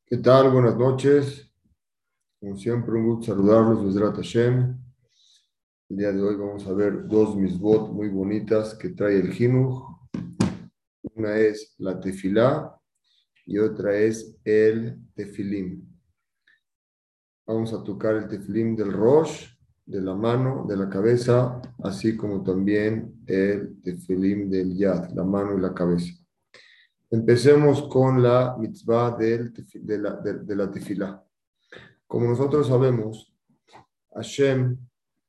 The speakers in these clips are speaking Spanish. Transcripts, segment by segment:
¿Qué tal? Buenas noches. Como siempre, un gusto saludarlos, Besrat Hashem. El día de hoy vamos a ver dos misbot muy bonitas que trae el Jinuj. Una es la tefilá y otra es el tefilim. Vamos a tocar el tefilim del Rosh, de la mano, de la cabeza, así como también el tefilim del Yad, la mano y la cabeza. Empecemos con la mitzvah de la tefilá. Como nosotros sabemos, Hashem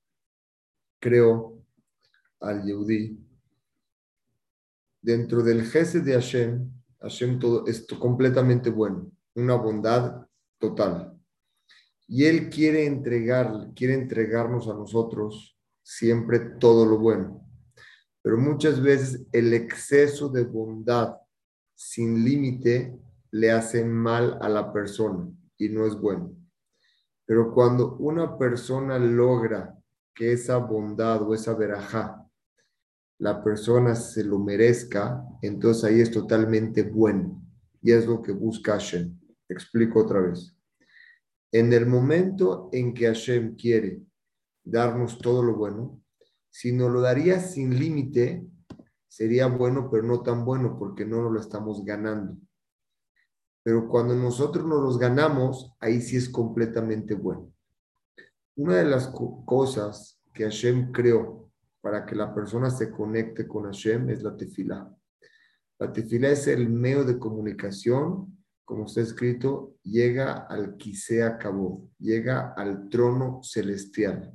creó al Yehudí. Dentro del Gesed de Hashem, Hashem todo es completamente bueno, una bondad total. Y Él quiere entregarnos a nosotros siempre todo lo bueno. Pero muchas veces el exceso de bondad sin límite le hace mal a la persona y no es bueno. Pero cuando una persona logra que esa bondad o esa verajá la persona se lo merezca, entonces ahí es totalmente bueno. Y es lo que busca Hashem. Explico otra vez. En el momento en que Hashem quiere darnos todo lo bueno, si nos lo daría sin límite, sería bueno, pero no tan bueno porque no nos lo estamos ganando. Pero cuando nosotros nos los ganamos, ahí sí es completamente bueno. Una de las cosas que Hashem creó para que la persona se conecte con Hashem es la tefilá. La tefilá es el medio de comunicación, como está escrito, llega al Kisea Kabod, llega al trono celestial.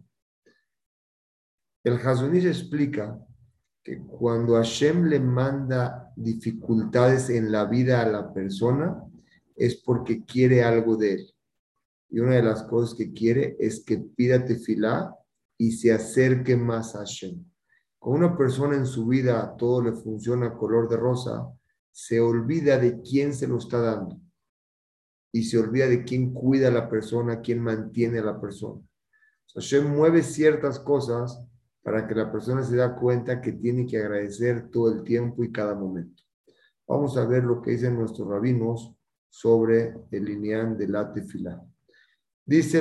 El Hazonish explica que cuando Hashem le manda dificultades en la vida a la persona, es porque quiere algo de él. Y una de las cosas que quiere es que pida tefilá y se acerque más a Hashem. Cuando una persona en su vida todo le funciona color de rosa, se olvida de quién se lo está dando y se olvida de quién cuida a la persona, quién mantiene a la persona. Hashem mueve ciertas cosas para que la persona se da cuenta que tiene que agradecer todo el tiempo y cada momento. Vamos a ver lo que dicen nuestros rabinos sobre el lineal de la tefilá. Dice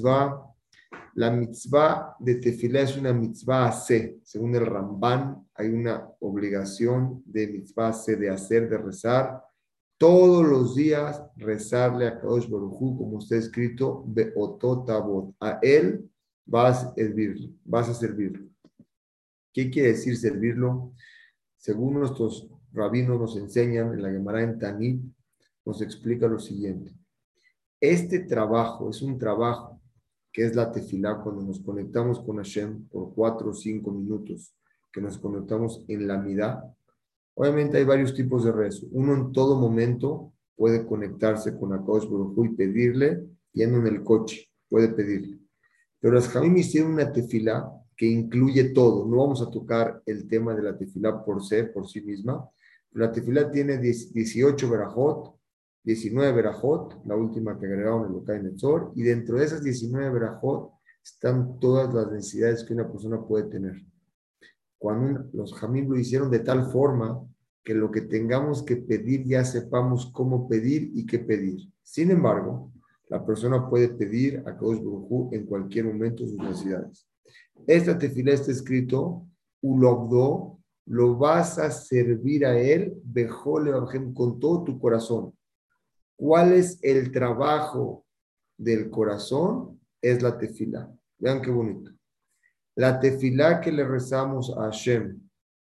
la mitzvah de tefilá es una mitzvah asé. Según el Ramban, hay una obligación de mitzvah asé, de hacer, de rezar. Todos los días rezarle a Kadosh Baruj Hu, como está escrito, Be'otot Avot. A él vas a servirlo. ¿Qué quiere decir servirlo? Según nuestros rabinos nos enseñan en la Gemara en Tanit, nos explica lo siguiente. Este trabajo es un trabajo que es la tefilá cuando nos conectamos con Hashem por 4 o 5 minutos, que nos conectamos en la midá. Obviamente hay varios tipos de rezo. Uno en todo momento puede conectarse con Akadosh Baruj Hu y pedirle, yendo en el coche, puede pedirle. Pero las Jamim hicieron una tefilá que incluye todo. No vamos a tocar el tema de la tefilá por sí misma. La tefilá tiene 18 verajot, 19 verajot, la última que agregaron en Lokai Netzor, y dentro de esas 19 verajot están todas las necesidades que una persona puede tener. Cuando los Jamim lo hicieron de tal forma que lo que tengamos que pedir ya sepamos cómo pedir y qué pedir. Sin embargo, la persona puede pedir a Kadosh Baruj Hu en cualquier momento sus necesidades. Esta tefilá está escrito, Ulobdo, lo vas a servir a él, Bejole Bajem, con todo tu corazón. ¿Cuál es el trabajo del corazón? Es la tefilá. Vean qué bonito. La tefilá que le rezamos a Hashem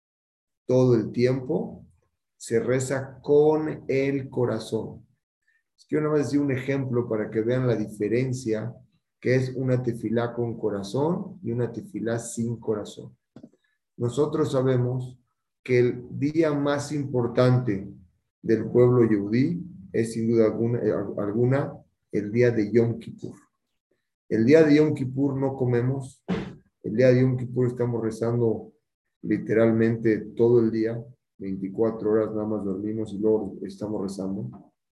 todo el tiempo se reza con el corazón. Quiero nada más decir un ejemplo para que vean la diferencia que es una tefilá con corazón y una tefilá sin corazón. Nosotros sabemos que el día más importante del pueblo yehudí es sin duda alguna el día de Yom Kippur. El día de Yom Kippur no comemos, el día de Yom Kippur estamos rezando literalmente todo el día, 24 horas nada más dormimos y luego estamos rezando.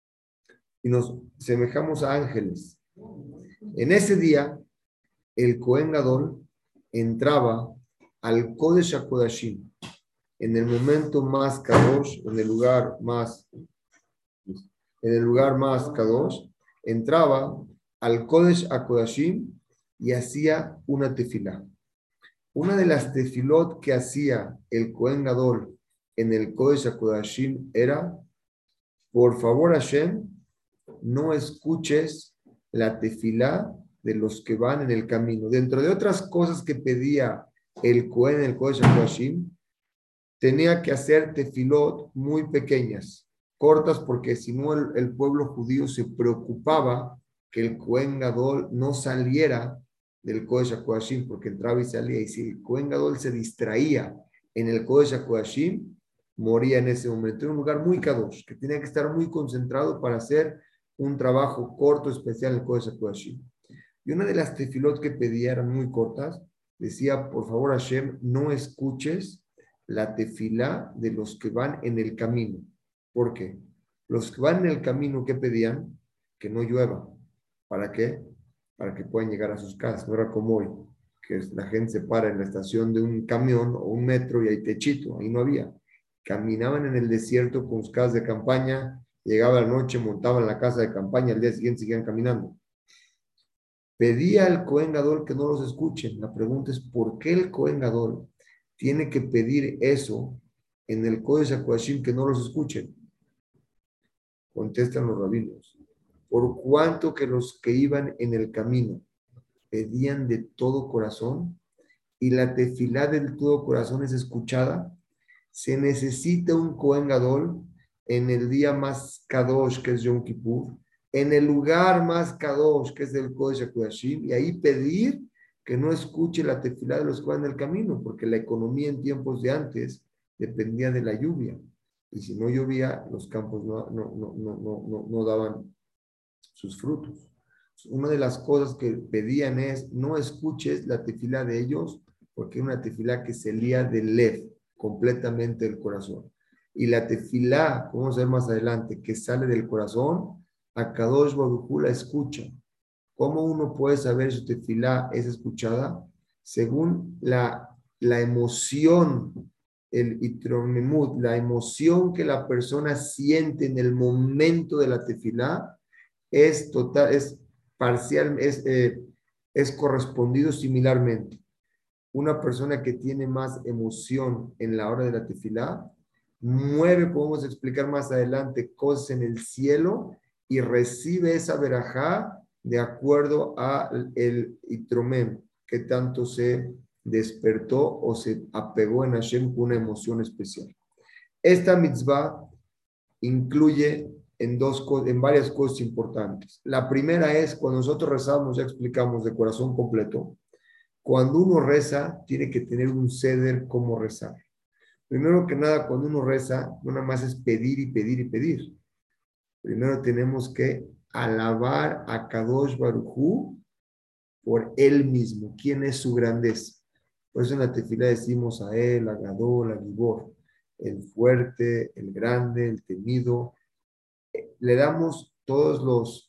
Y nos semejamos a ángeles. En ese día, el Cohen Gadol entraba al Kodesh HaKodashim, en el momento más kadosh, en el lugar más kadosh, entraba al Kodesh HaKodashim y hacía una tefilá. Una de las tefilot que hacía el Kohen Gadol en el Kodesh HaKodashim era: por favor, Hashem, no escuches la tefilá de los que van en el camino. Dentro de otras cosas que pedía el Kohen en el Kodesh HaKodashim, tenía que hacer tefilot muy pequeñas, cortas, porque si no el pueblo judío se preocupaba que el Kohen Gadol no saliera del Kodesh HaKodashim, porque entraba y salía, y si el Kohen Gadol se distraía en el Kodesh HaKodashim, moría en ese momento. Era un lugar muy kadosh, que tenía que estar muy concentrado para hacer un trabajo corto, especial en el Kodesh HaKodashim. Y una de las tefilot que pedía eran muy cortas, decía: por favor, Hashem, no escuches la tefilá de los que van en el camino. ¿Por qué? Los que van en el camino, ¿qué pedían? Que no llueva. ¿Para qué? Para que puedan llegar a sus casas. No era como hoy, que la gente se para en la estación de un camión o un metro y hay techito. Ahí no había. Caminaban en el desierto con sus casas de campaña, llegaba la noche, montaban la casa de campaña, al día siguiente seguían caminando. Pedía al Kohen Gadol que no los escuchen. La pregunta es: ¿por qué el Kohen Gadol tiene que pedir eso en el Kodesh HaKodashim, que no los escuchen? Contestan los rabinos: por cuanto que los que iban en el camino pedían de todo corazón, y la tefilá del todo corazón es escuchada, se necesita un Kohen Gadol en el día más kadosh, que es Yom Kippur, en el lugar más kadosh, que es el Kodesh HaKodashim, y ahí pedir que no escuche la tefilá de los que van en el camino, porque la economía en tiempos de antes dependía de la lluvia, y si no llovía, los campos no daban sus frutos. Una de las cosas que pedían es: no escuches la tefilá de ellos, porque es una tefilá que se lía del lev, completamente del corazón. Y la tefilá, vamos a ver más adelante, que sale del corazón, a Kadosh Baruj Hu la escucha. ¿Cómo uno puede saber si su tefilá es escuchada? Según la emoción, el itromimut, la emoción que la persona siente en el momento de la tefilá, es total, es parcial, es correspondido similarmente. Una persona que tiene más emoción en la hora de la tefilá, mueve, podemos explicar más adelante, cosas en el cielo y recibe esa verajá de acuerdo a el itromem, que tanto se despertó o se apegó en Hashem con una emoción especial. Esta mitzvah incluye en varias cosas importantes. La primera es: cuando nosotros rezamos, ya explicamos, de corazón completo, cuando uno reza, tiene que tener un ceder cómo rezar. Primero que nada, cuando uno reza, no nada más es pedir y pedir y pedir. Primero tenemos que alabar a Kadosh Baruj Hu por él mismo. ¿Quién es su grandeza? Por eso en la tefilá decimos a él, a Gadol, a Gibor, el fuerte, el grande, el temido. Le damos todos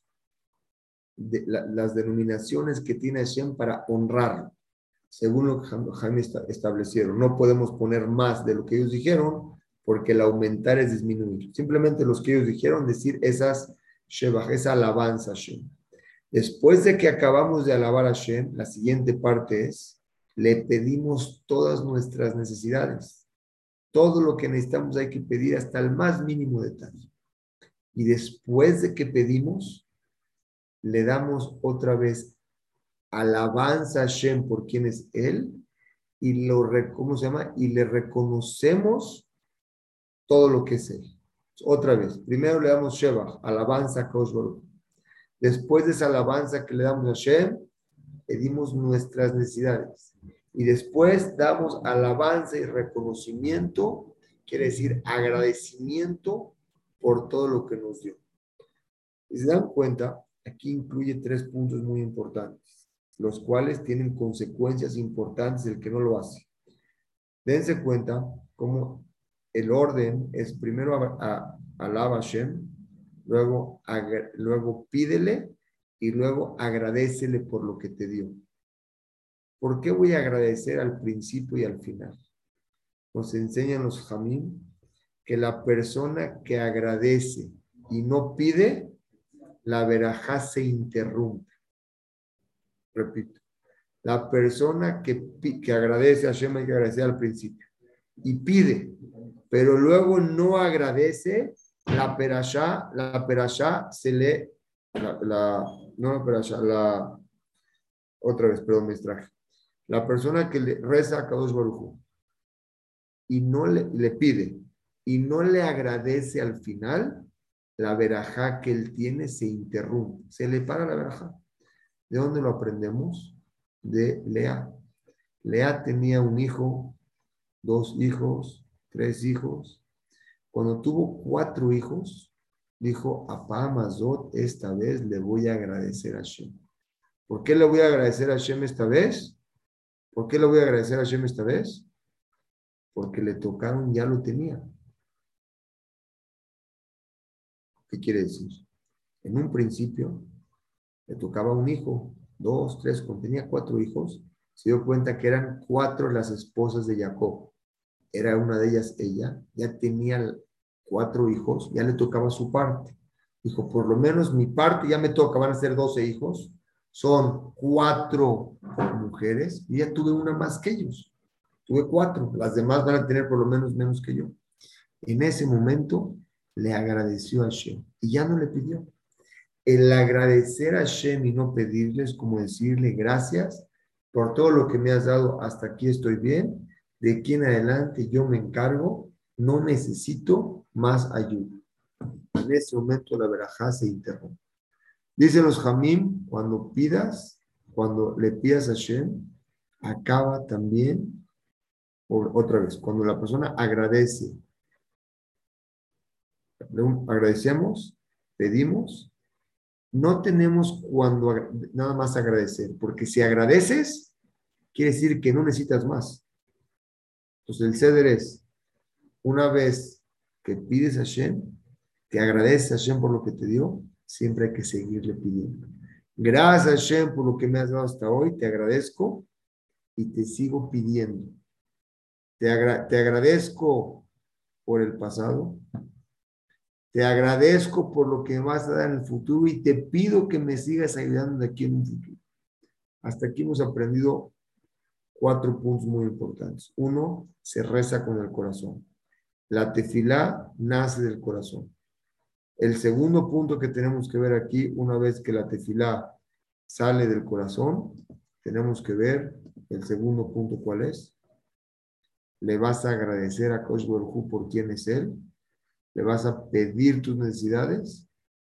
las denominaciones que tiene Hashem para honrarlo, según lo que Jaime establecieron. No podemos poner más de lo que ellos dijeron, porque el aumentar es disminuir. Simplemente los que ellos dijeron, decir esas shebach, esa alabanza a Hashem. Después de que acabamos de alabar a Hashem, la siguiente parte es: le pedimos todas nuestras necesidades. Todo lo que necesitamos hay que pedir hasta el más mínimo detalle. Y después de que pedimos, le damos otra vez alabanza a Hashem por quién es Él, y ¿cómo se llama? Y le reconocemos todo lo que es Él. Otra vez, primero le damos Shebach, alabanza a Kadosh Baruj Hu. Después de esa alabanza que le damos a Hashem, pedimos nuestras necesidades. Y después damos alabanza y reconocimiento, quiere decir agradecimiento por todo lo que nos dio. Si se dan cuenta, aquí incluye 3 puntos muy importantes, los cuales tienen consecuencias importantes del que no lo hace. Dense cuenta cómo el orden es: primero alaba a Hashem, luego pídele y luego agradécele por lo que te dio. ¿Por qué voy a agradecer al principio y al final? Nos enseñan los Jamín que la persona que agradece y no pide, la verajá se interrumpe. Repito, la persona que agradece a Hashem hay que agradecer al principio y pide, pero luego no agradece, la perashá se le, no la perashá, otra vez, perdón, me distraje. La persona que le reza a Kadosh Baruj Hu y no le pide y no le agradece al final, la verajá que él tiene se interrumpe, se le para la verajá. ¿De dónde lo aprendemos? De Lea. Lea tenía un hijo, 2 hijos, 3 hijos. Cuando tuvo 4 hijos, dijo, Apá Mazot, esta vez le voy a agradecer a Hashem. ¿Por qué le voy a agradecer a Hashem esta vez? ¿Por qué le voy a agradecer a Hashem esta vez? Porque le tocaron, ya lo tenía. ¿Qué quiere decir? En un principio le tocaba un hijo, 2, 3, cuando tenía 4 hijos, se dio cuenta que eran 4 las esposas de Jacob. Era una de ellas ella, ya tenía 4 hijos, ya le tocaba su parte. Dijo, por lo menos mi parte ya me toca, van a ser 12 hijos, son 4 mujeres, y ya tuve una más que ellos. Tuve 4, las demás van a tener por lo menos menos que yo. En ese momento le agradeció a Hashem y ya no le pidió. El agradecer a Hashem y no pedirle es como decirle gracias por todo lo que me has dado, hasta aquí estoy bien, de aquí en adelante yo me encargo, no necesito más ayuda. En ese momento la verajá se interrumpe. Dicen los Jamim, cuando le pidas a Hashem, acaba también, otra vez, cuando la persona agradece, agradecemos, pedimos, no tenemos cuando nada más agradecer, porque si agradeces, quiere decir que no necesitas más. Entonces el ceder es, una vez que pides a Hashem, te agradeces a Hashem por lo que te dio, siempre hay que seguirle pidiendo. Gracias Hashem por lo que me has dado hasta hoy, te agradezco y te sigo pidiendo. Te agradezco por el pasado, te agradezco por lo que me vas a dar en el futuro y te pido que me sigas ayudando de aquí en un futuro. Hasta aquí hemos aprendido 4 puntos muy importantes. 1, se reza con el corazón. La tefilá nace del corazón. El segundo punto que tenemos que ver aquí, una vez que la tefilá sale del corazón, tenemos que ver el segundo punto, ¿cuál es? Le vas a agradecer a Kosh Baruj Hu por quién es él. Le vas a pedir tus necesidades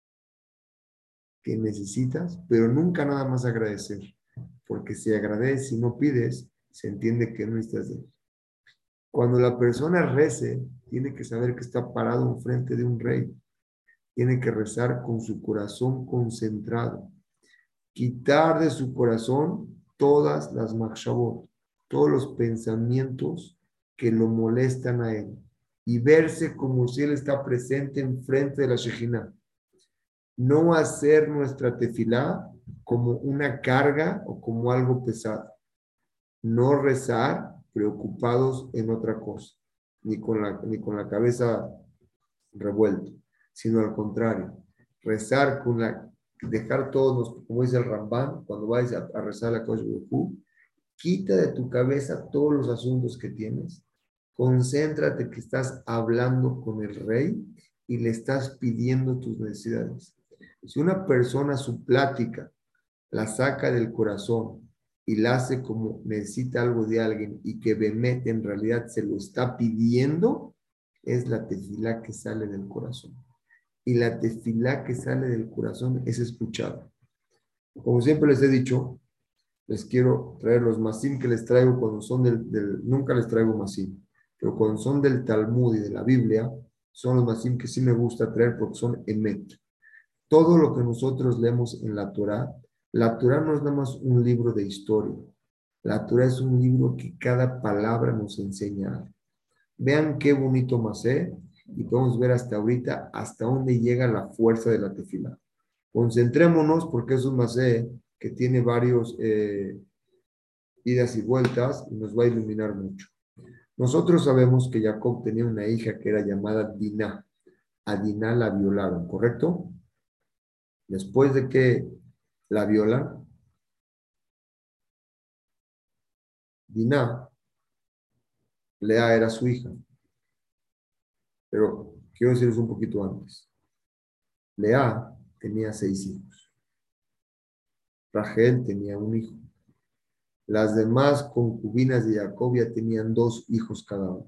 que necesitas, pero nunca nada más agradecer. Porque si agradeces y no pides, se entiende que no necesitas de él. Cuando la persona rece, tiene que saber que está parado enfrente de un rey. Tiene que rezar con su corazón concentrado. Quitar de su corazón todas las machshavot, todos los pensamientos que lo molestan a él. Y verse como si él está presente enfrente de la Shejina. No hacer nuestra tefilá como una carga o como algo pesado. No rezar preocupados en otra cosa, ni con la cabeza revuelta, sino al contrario, rezar dejar todos, como dice el Rambán, cuando vayas a rezar la Kosh Baruj, quita de tu cabeza todos los asuntos que tienes, concéntrate que estás hablando con el rey y le estás pidiendo tus necesidades. Si una persona su plática la saca del corazón y la hace como necesita algo de alguien y que Bemet en realidad se lo está pidiendo, es la tefilá que sale del corazón. Y la tefilá que sale del corazón es escuchada. Como siempre les he dicho, les quiero traer los masim que les traigo cuando son nunca les traigo masim, pero cuando son del Talmud y de la Biblia, son los masim que sí me gusta traer porque son emet. Todo lo que nosotros leemos en la Torá no es nada más un libro de historia. La Torá es un libro que cada palabra nos enseña algo. Vean qué bonito masé y podemos ver hasta ahorita hasta dónde llega la fuerza de la tefilá. Concentrémonos porque es un masé que tiene varios idas y vueltas y nos va a iluminar mucho. Nosotros sabemos que Jacob tenía una hija que era llamada Diná. A Diná la violaron, ¿correcto? Después de que la violan, Diná, Lea era su hija, pero quiero decirles un poquito antes. Lea tenía 6 hijos. Rachel tenía un hijo. Las demás concubinas de Jacob ya tenían 2 hijos cada uno.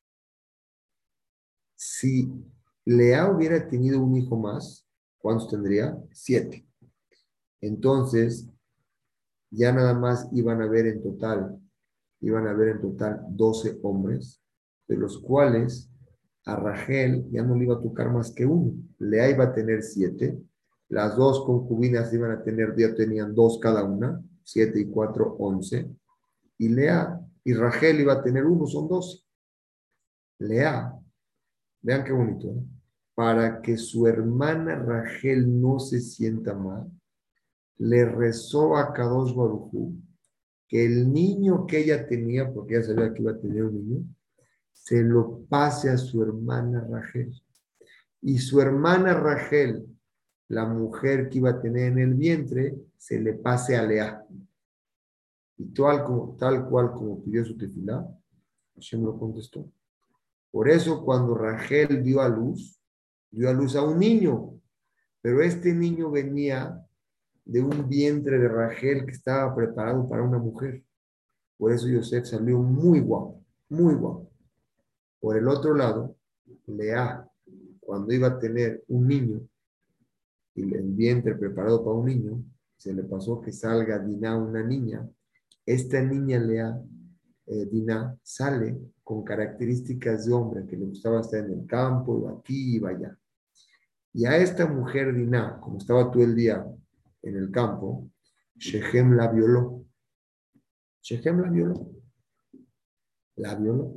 Si Lea hubiera tenido un hijo más, ¿cuántos tendría? 7. Entonces, ya nada más iban a haber en total 12 hombres, de los cuales a Rachel ya no le iba a tocar más que uno. Lea iba a tener 7. Las 2 concubinas iban a tener, ya tenían 2 cada una, 7 y 4, 11. Y Lea y Rachel iba a tener uno, son 12. Lea, vean qué bonito, ¿eh? Para que su hermana Rachel no se sienta mal, le rezó a Kadosh Baruj Hu que el niño que ella tenía, porque ella sabía que iba a tener un niño, se lo pase a su hermana Rachel. Y su hermana Rachel, la mujer que iba a tener en el vientre, se le pase a Lea. Y tal cual como pidió su tefilá, Hashem lo contestó. Por eso cuando Rachel dio a luz a un niño, pero este niño venía de un vientre de Rachel que estaba preparado para una mujer. Por eso Yosef salió muy guapo, muy guapo. Por el otro lado, Lea, cuando iba a tener un niño, y el vientre preparado para un niño, se le pasó que salga Diná, una niña. Esta niña Lea, Diná, sale con características de hombre, que le gustaba estar en el campo, iba aquí, iba allá. Y a esta mujer Diná, como estaba todo el día en el campo, Shechem la violó. Shechem la violó. La violó.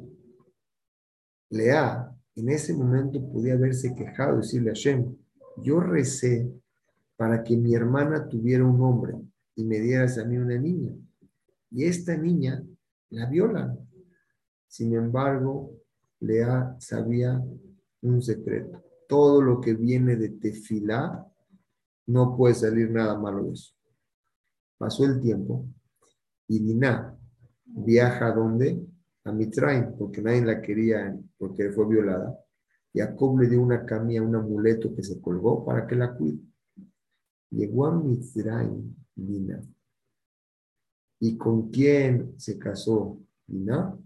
Lea, en ese momento podía haberse quejado y decirle a Hashem, yo recé para que mi hermana tuviera un hombre y me dieras a mí una niña. Y esta niña la violan. Sin embargo, Lea sabía un secreto. Todo lo que viene de tefilá, no puede salir nada malo de eso. Pasó el tiempo y Diná viaja ¿a dónde? A Mitraim, porque nadie la quería, porque fue violada. Jacob le dio una camilla, un amuleto que se colgó para que la cuide. Llegó a Mitzrayim, Diná. ¿Y con quién se casó Diná?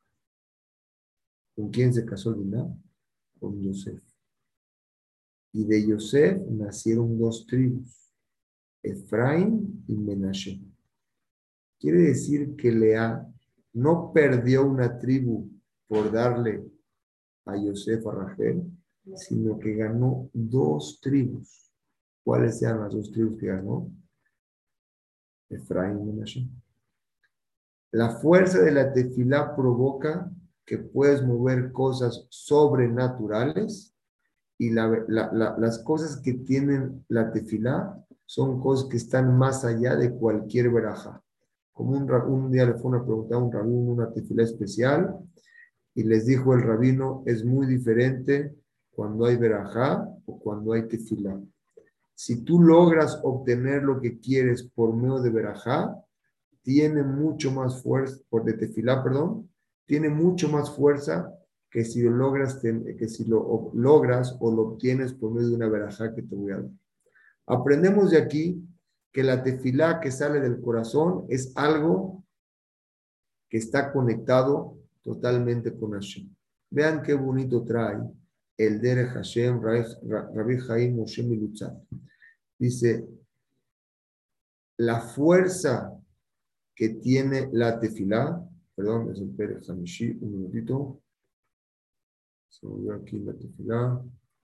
¿Con quién se casó Diná? Con Yosef. Y de Yosef nacieron 2 tribus, Efraín y Menashe. Quiere decir que Lea no perdió una tribu por darle a Yosef a Rachel, sino que ganó 2 tribus. ¿Cuáles eran las 2 tribus que ganó? Efraín y Menashe. La fuerza de la tefilá provoca que puedes mover cosas sobrenaturales y las cosas que tienen la tefilá son cosas que están más allá de cualquier verajá. Como un día le fue una pregunta a un rabino, una tefilá especial, y les dijo el rabino, es muy diferente cuando hay verajá o cuando hay tefilá. Si tú logras obtener lo que quieres por medio de verajá, tiene mucho más fuerza, por de tefilá, perdón, tiene mucho más fuerza que si lo logras, logras o lo obtienes por medio de una verajá que te voy a dar. Aprendemos de aquí que la tefilá que sale del corazón es algo que está conectado totalmente con Hashem. Vean qué bonito trae el Derech Hashem, Rabbi Chaim Moshe Milutzat. Dice, la fuerza que tiene la tefilá, perdón, es el Perek Hamishi, un minutito, se volvió aquí la tefilá,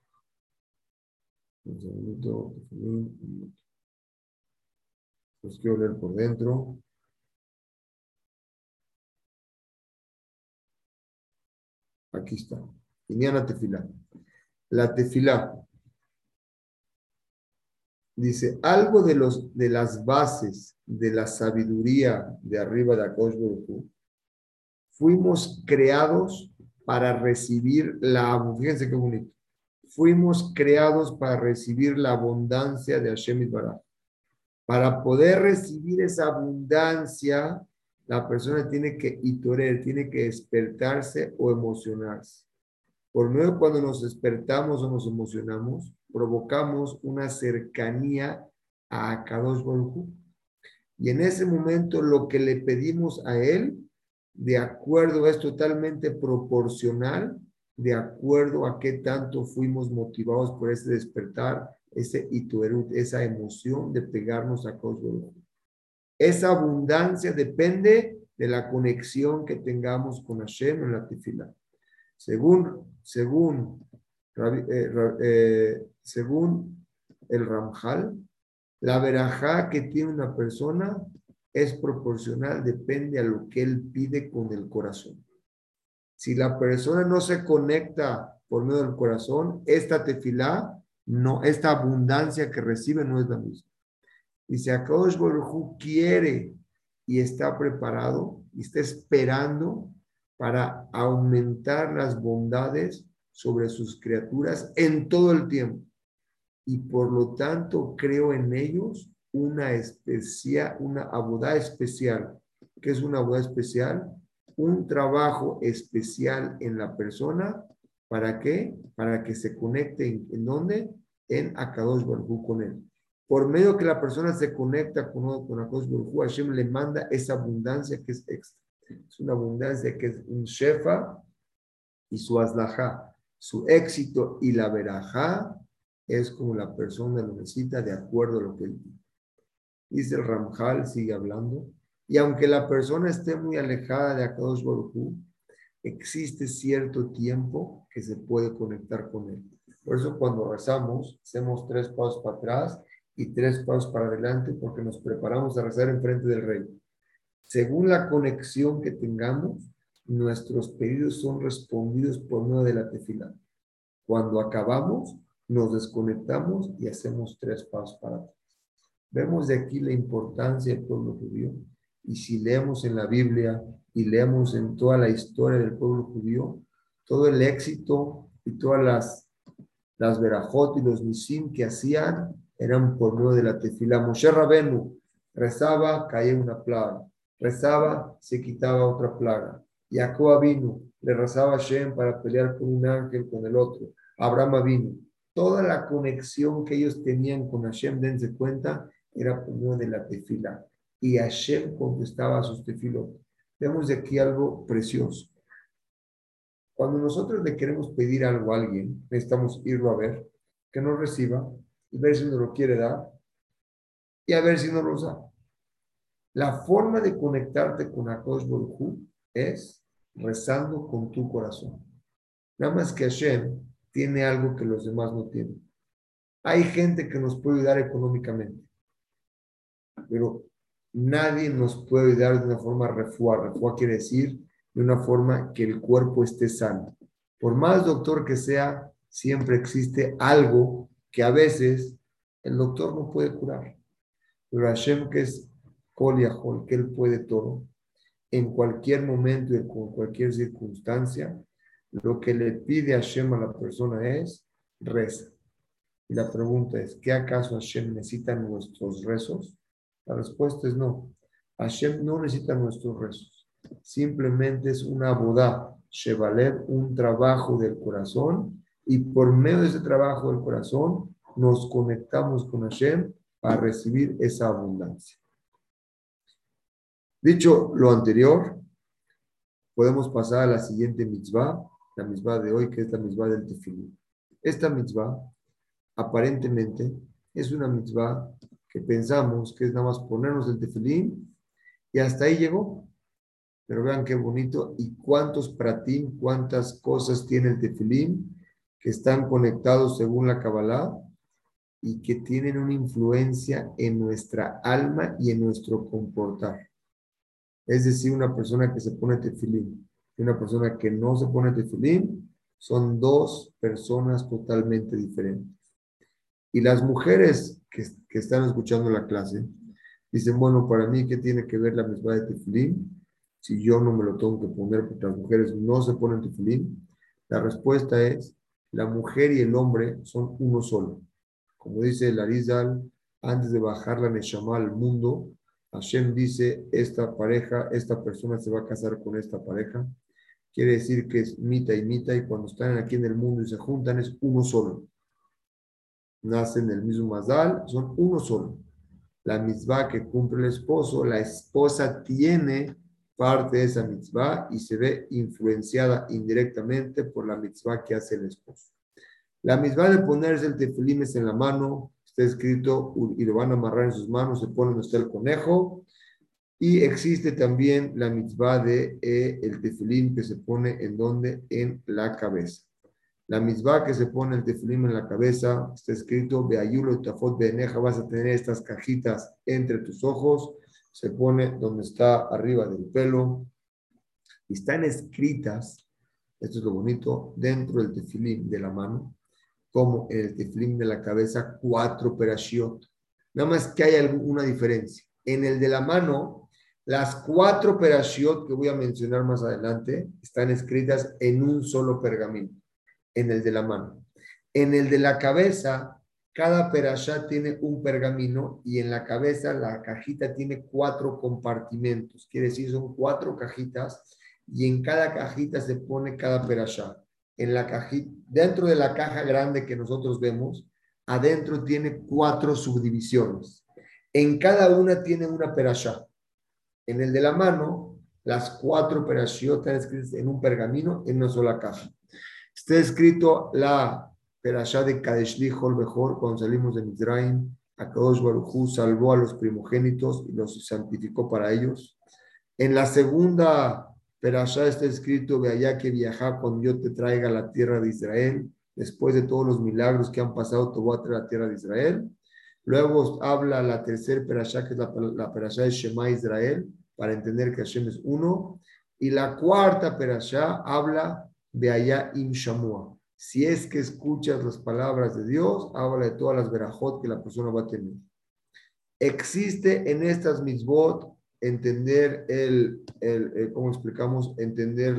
un segundito, un minuto. Los quiero leer por dentro. Aquí está. Inyan tefilá. La tefilá dice algo de las bases de la sabiduría de arriba de Akadosh Baruj Hu. Fuimos creados para recibir la, fíjense qué bonito, fuimos creados para recibir la abundancia de Hashem Yitbaraj. Para poder recibir esa abundancia, la persona tiene que itorer, tiene que despertarse o emocionarse. Por medio cuando nos despertamos o nos emocionamos, provocamos una cercanía a Kadosh Baruj Hu. Y en ese momento lo que le pedimos a él, de acuerdo, es totalmente proporcional, de acuerdo a qué tanto fuimos motivados por ese despertar, ese ituerut, esa emoción de pegarnos a Kadosh Baruj Hu. Esa abundancia depende de la conexión que tengamos con Hashem en la tefilá. Según el Ramjal, la verajá que tiene una persona es proporcional, depende a lo que él pide con el corazón. Si la persona no se conecta por medio del corazón, esta tefilá, no, esta abundancia que recibe no es la misma. Y si Akadosh Baruj Hu quiere y está preparado y está esperando para aumentar las bondades sobre sus criaturas en todo el tiempo. Y por lo tanto creo en ellos una abodá especial. ¿Qué es una abodá especial? Un trabajo especial en la persona. ¿Para qué? Para que se conecte ¿en dónde? En Akadosh Baruj Hu con él. Por medio que la persona se conecta con Akadosh Baruj Hu, Hashem le manda esa abundancia que es extra. Es una abundancia que es un shefa y su azlajá, su éxito y la verajá es como la persona lo necesita de acuerdo a lo que él dice. Dice el Ramjal, sigue hablando, y aunque la persona esté muy alejada de Akadosh Baruj Hu, existe cierto tiempo que se puede conectar con él. Por eso cuando rezamos, hacemos 3 pasos para atrás y 3 pasos para adelante porque nos preparamos a rezar enfrente del Rey. Según la conexión que tengamos, nuestros pedidos son respondidos por medio de la tefilá. Cuando acabamos, nos desconectamos y hacemos 3 pasos para atrás. Vemos de aquí la importancia del pueblo judío. Y si leemos en la Biblia y leemos en toda la historia del pueblo judío, todo el éxito y todas las verajot y los nisim que hacían eran por medio de la tefilá. Moshe Rabenu rezaba, caía una plaga. Rezaba, se quitaba otra plaga. Jacob vino, le rezaba a Shem para pelear con un ángel, con el otro. Abraham vino. Toda la conexión que ellos tenían con Hashem, dense cuenta, era por medio de la tefilá. Y Hashem contestaba a sus tefilot. Vemos de aquí algo precioso. Cuando nosotros le queremos pedir algo a alguien, necesitamos irlo a ver, que nos reciba y ver si nos lo quiere dar y a ver si nos lo da. La forma de conectarte con Akadosh Baruj Hu es rezando con tu corazón. Nada más que Hashem tiene algo que los demás no tienen. Hay gente que nos puede ayudar económicamente, pero nadie nos puede ayudar de una forma refuá. Refuá quiere decir de una forma que el cuerpo esté sano. Por más doctor que sea, siempre existe algo que a veces el doctor no puede curar. Pero Hashem, que es Kol Yahol, que él puede todo, en cualquier momento y con cualquier circunstancia, lo que le pide Hashem a la persona es reza. Y la pregunta es, ¿qué acaso Hashem necesita nuestros rezos? La respuesta es no. Hashem no necesita nuestros rezos. Simplemente es una bodá, shevalet, un trabajo del corazón, y por medio de ese trabajo del corazón nos conectamos con Hashem para recibir esa abundancia. Dicho lo anterior, podemos pasar a la siguiente mitzvah, la mitzvah de hoy, que es la mitzvah del tefilín. Esta mitzvah, aparentemente, es una mitzvah que pensamos que es nada más ponernos el tefilín y hasta ahí llegó. Pero vean qué bonito y cuántos pratim, cuántas cosas tiene el tefilín que están conectados según la Kabbalah y que tienen una influencia en nuestra alma y en nuestro comportar. Es decir, una persona que se pone tefilín y una persona que no se pone tefilín son 2 personas totalmente diferentes. Y las mujeres que están escuchando la clase dicen, bueno, para mí, ¿qué tiene que ver la mitzvah de tefilín si yo no me lo tengo que poner porque las mujeres no se ponen tefilín? La respuesta es la mujer y el hombre son uno solo. Como dice el Arizal, antes de bajar la Neshama al mundo, Hashem dice, esta pareja, esta persona se va a casar con esta pareja. Quiere decir que es mita y cuando están aquí en el mundo y se juntan es uno solo. Nacen del mismo Mazal, son uno solo. La mitzvah que cumple el esposo, la esposa tiene parte de esa mitzvah y se ve influenciada indirectamente por la mitzvah que hace el esposo. La mitzvah de ponerse el tefilimes en la mano, está escrito y lo van a amarrar en sus manos, se pone donde está el conejo. Y existe también la mitzvah de el tefilín que se pone en donde, en la cabeza. La mitzvah que se pone el tefilín en la cabeza, está escrito, Beayulo tafot beneja, vas a tener estas cajitas entre tus ojos, se pone donde está arriba del pelo, y están escritas, esto es lo bonito, dentro del tefilín de la mano, como en el tefilín de la cabeza, 4 perashiot. Nada más que hay alguna diferencia. En el de la mano, las 4 perashiot que voy a mencionar más adelante están escritas en un solo pergamino, en el de la mano. En el de la cabeza, cada perashá tiene un pergamino y en la cabeza la cajita tiene 4 compartimentos. Quiere decir, son 4 cajitas y en cada cajita se pone cada perashá. En la cajita, dentro de la caja grande que nosotros vemos, adentro tiene 4 subdivisiones. En cada una tiene una perashá. En el de la mano, las 4 perashiot están escritas en un pergamino en una sola caja. Está escrito la perashá de Kadesh Lijol Bejor, cuando salimos de Mizraim, Akadosh Baruj Hu salvó a los primogénitos y los santificó para ellos. En la segunda perashá está escrito, ve allá que viaja cuando yo te traiga a la tierra de Israel. Después de todos los milagros que han pasado, te voy a traer a la tierra de Israel. Luego habla la tercera perashá, que es la perashá de Shema Israel, para entender que Hashem es uno. Y la cuarta perashá habla de allá im shamua. Si es que escuchas las palabras de Dios, habla de todas las verajot que la persona va a tener. Existe en estas mitzvot entender ¿cómo explicamos? Entender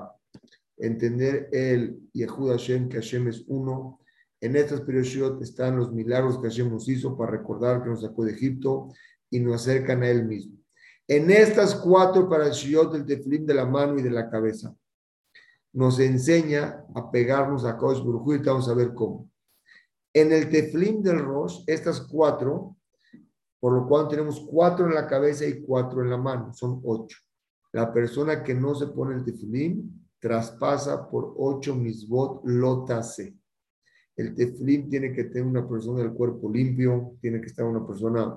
el Yehud Hashem, que Hashem es uno. En estas perioshot están los milagros que Hashem nos hizo para recordar que nos sacó de Egipto y nos acercan a Él mismo. En estas 4 parashiot del tefilín de la mano y de la cabeza, nos enseña a pegarnos a Kosh Baruj Hu y vamos a ver cómo. En el tefilín del Rosh, estas 4, por lo cual tenemos 4 en la cabeza y 4 en la mano, son 8. La persona que no se pone el tefilín traspasa por 8 misbot lotase. El tefilín tiene que tener una persona del cuerpo limpio, tiene que estar una persona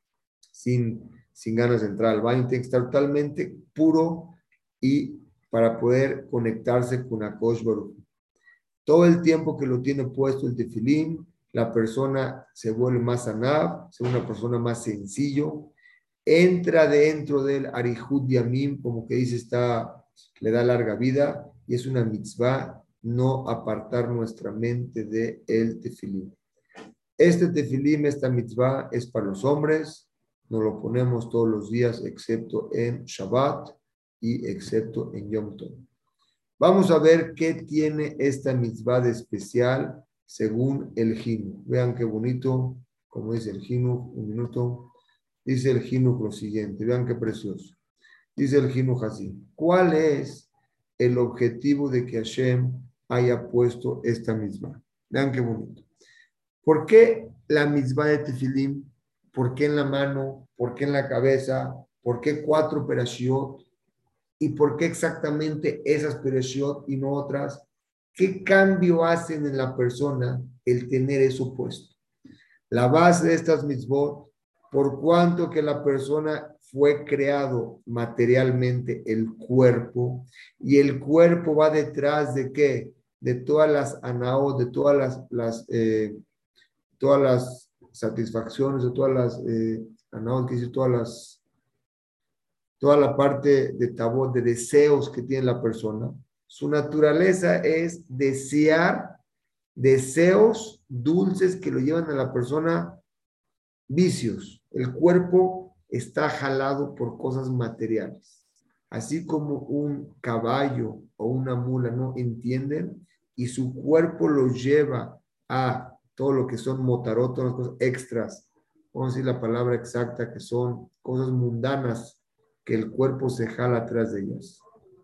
sin ganas de entrar al baño, tiene que estar totalmente puro y para poder conectarse con Akadosh Baruj Hu. Todo el tiempo que lo tiene puesto el tefilín, la persona se vuelve más anab, se vuelve una persona más sencillo, entra dentro del arihut yamim, como que dice, le da larga vida, y es una mitzvah no apartar nuestra mente de el tefilín. Este tefilín, esta mitzvah, es para los hombres, nos lo ponemos todos los días, excepto en Shabbat y excepto en Yom Tov. Vamos a ver qué tiene esta mitzvah de especial según el Jinuj. Vean qué bonito, como dice el Jinuj, un minuto. Dice el Jinuj lo siguiente, vean qué precioso. Dice el Jinuj así, ¿cuál es el objetivo de que Hashem haya puesto esta mitzvah? Vean qué bonito. ¿Por qué la mitzvah de tefilín? ¿Por qué en la mano? ¿Por qué en la cabeza? ¿Por qué 4 perashiot? ¿Y por qué exactamente esas perashiot y no otras? ¿Qué cambio hacen en la persona el tener eso puesto? La base de estas mitzvot, por cuanto que la persona fue creado materialmente el cuerpo, y el cuerpo va detrás de ¿qué? De todas las anaot, de todas las satisfacciones, de todas las anaot, que dice toda la parte de tabot, de deseos que tiene la persona. Su naturaleza es desear deseos dulces que lo llevan a la persona vicios. El cuerpo está jalado por cosas materiales. Así como un caballo o una mula no entienden, y su cuerpo lo lleva a todo lo que son motarot, todas las cosas extras, vamos a decir la palabra exacta, que son cosas mundanas que el cuerpo se jala atrás de ellas.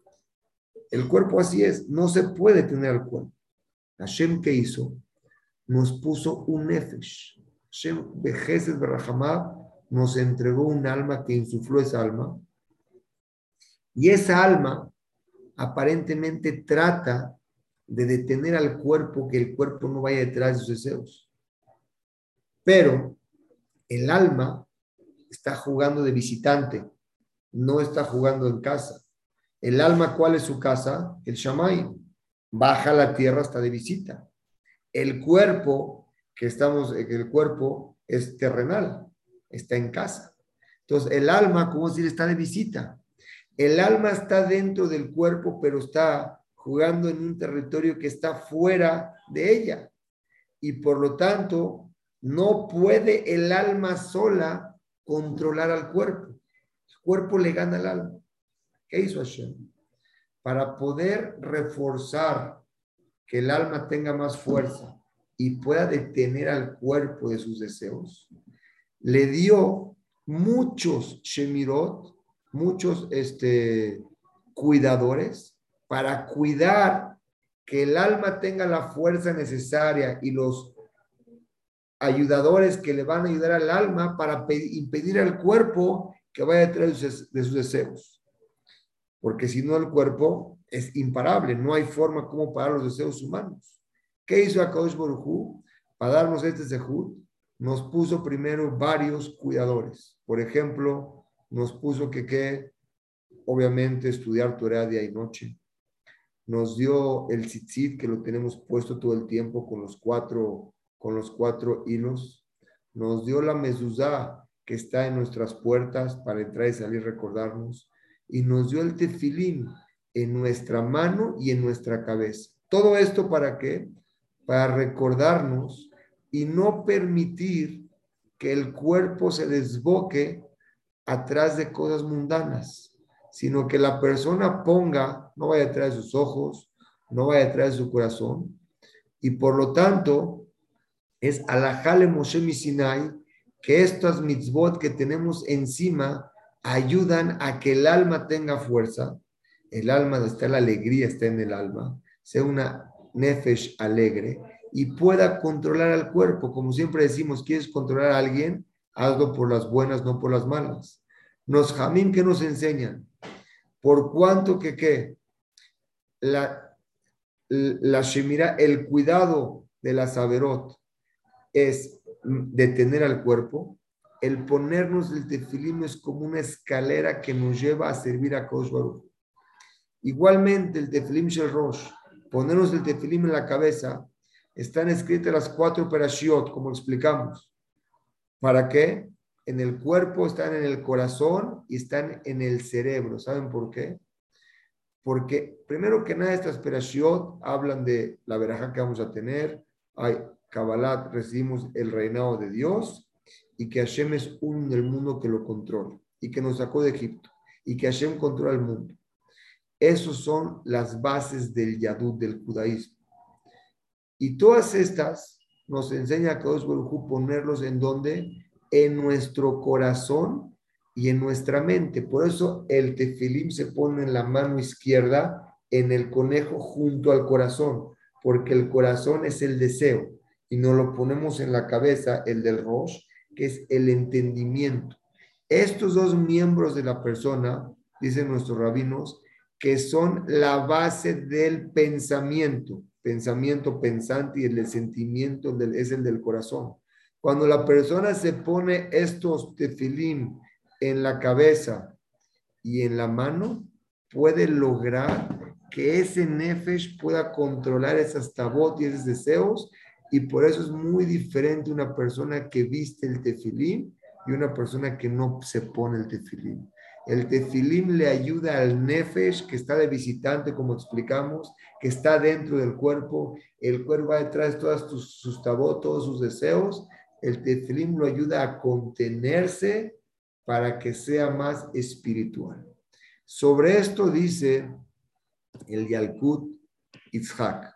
El cuerpo así es, no se puede tener el cuerpo. Hashem, ¿qué hizo? Nos puso un nefesh. Hashem, Bejesed Berrahamá, nos entregó un alma que insufló esa alma. Y esa alma aparentemente trata de detener al cuerpo, que el cuerpo no vaya detrás de sus deseos. Pero el alma está jugando de visitante, no está jugando en casa. El alma, ¿cuál es su casa? El Shamay. Baja a la tierra, está de visita. El cuerpo el cuerpo es terrenal, está en casa. Entonces, el alma, ¿cómo decir? Está de visita. El alma está dentro del cuerpo, pero está jugando en un territorio que está fuera de ella. Y por lo tanto, no puede el alma sola controlar al cuerpo. El cuerpo le gana al alma. ¿Qué hizo Hashem? Para poder reforzar que el alma tenga más fuerza y pueda detener al cuerpo de sus deseos, le dio muchos shemirot, muchos cuidadores, para cuidar que el alma tenga la fuerza necesaria y los ayudadores que le van a ayudar al alma para impedir al cuerpo que vaya detrás de sus deseos. Porque si no, el cuerpo es imparable, no hay forma como parar los deseos humanos. ¿Qué hizo Akadosh Baruj Hu? Para darnos este zehut, nos puso primero varios cuidadores. Por ejemplo, nos puso que obviamente estudiar Torah día y noche. Nos dio el tzitzit, que lo tenemos puesto todo el tiempo con los cuatro hilos. Nos dio la mezuzá, que está en nuestras puertas para entrar y salir, recordarnos. Y nos dio el tefilín en nuestra mano y en nuestra cabeza. ¿Todo esto para qué? Para recordarnos y no permitir que el cuerpo se desboque atrás de cosas mundanas, sino que la persona no vaya detrás de sus ojos, no vaya detrás de su corazón, y por lo tanto es alajale Moshe Misinai, que estas mitzvot que tenemos encima ayudan a que el alma tenga fuerza. El alma, donde está la alegría, está en el alma, sea una nefesh alegre y pueda controlar al cuerpo. Como siempre decimos, ¿quieres controlar a alguien? Hazlo por las buenas, no por las malas. Nos jamín, que nos enseñan, por cuanto que la shemira, el cuidado de la saberot es detener al cuerpo. El ponernos el tefilim es como una escalera que nos lleva a servir a Kosh Baruch. Igualmente el tefilim shel Rosh, ponernos el tefilim en la cabeza, están escritas las 4 perashiot, como explicamos. ¿Para qué? En el cuerpo, están en el corazón y están en el cerebro. ¿Saben por qué? Porque primero que nada estas perashiot hablan de la verajá que vamos a tener. Hay Kabbalah, recibimos el reinado de Dios y que Hashem es uno del mundo que lo controla y que nos sacó de Egipto y que Hashem controla el mundo. Esas son las bases del Yadut, del judaísmo. Y todas estas nos enseña a Kadosh Baruj Hu ponerlos en donde, en nuestro corazón y en nuestra mente. Por eso el tefilim se pone en la mano izquierda, en el conejo junto al corazón, porque el corazón es el deseo y nos lo ponemos en la cabeza, el del Rosh, que es el entendimiento. Estos dos miembros de la persona, dicen nuestros rabinos, que son la base del pensamiento pensante, y el sentimiento es el del corazón. Cuando la persona se pone estos tefilim en la cabeza y en la mano, puede lograr que ese nefesh pueda controlar esas tabot y esos deseos, y por eso es muy diferente una persona que viste el tefilim y una persona que no se pone el tefilim. El tefilim le ayuda al nefesh, que está de visitante, como explicamos, que está dentro del cuerpo. El cuerpo va detrás de todas sus tabot, todos sus deseos. El tefilim lo ayuda a contenerse para que sea más espiritual. Sobre esto dice el Yalkut Yitzhak.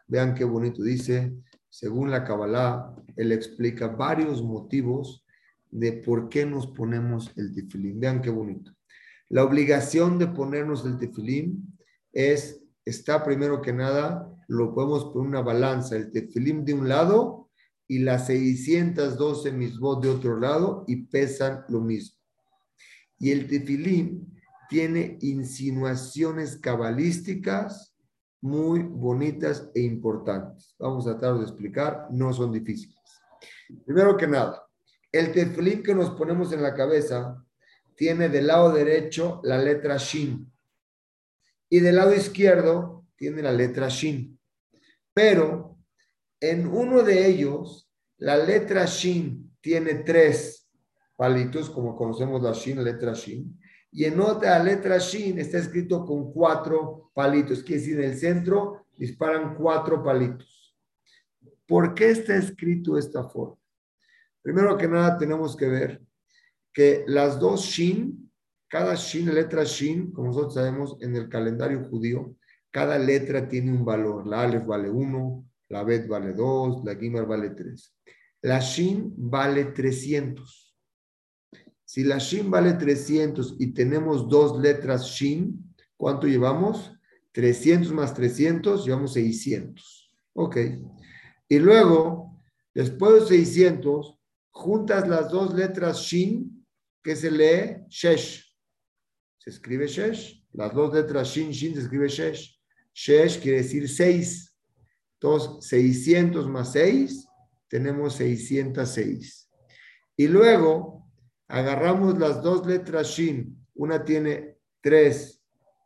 Vean qué bonito dice, según la Kabbalah, él explica varios motivos de por qué nos ponemos el tefilín. Vean qué bonito. La obligación de ponernos el tefilín está primero que nada, lo podemos poner en una balanza, el tefilín de un lado y las 612 misbot de otro lado y pesan lo mismo. Y el tefilín tiene insinuaciones cabalísticas muy bonitas e importantes. Vamos a tratar de explicar, no son difíciles. Primero que nada, el tefilín que nos ponemos en la cabeza tiene del lado derecho la letra Shin y del lado izquierdo tiene la letra Shin. Pero en uno de ellos, la letra Shin tiene 3 palitos, como conocemos la Shin, la letra Shin, y en otra letra Shin está escrito con 4 palitos, quiere decir, en el centro disparan 4 palitos. ¿Por qué está escrito de esta forma? Primero que nada tenemos que ver que las dos Shin, cada Shin, letra Shin, como nosotros sabemos en el calendario judío, cada letra tiene un valor. La Aleph vale 1, la Bet vale 2, la Gimel vale 3. La Shin vale 300. Si la Shin vale 300 y tenemos 2 letras Shin, ¿cuánto llevamos? 300 más 300, llevamos 600. Ok. Y luego, después de 600, juntas las 2 letras Shin, que se lee Shesh. Se escribe Shesh. Las 2 letras Shin, Shin se escribe Shesh. Shesh quiere decir 6. Entonces, 600 más 6, tenemos 606. Y luego, agarramos las 2 letras Shin. Una tiene 3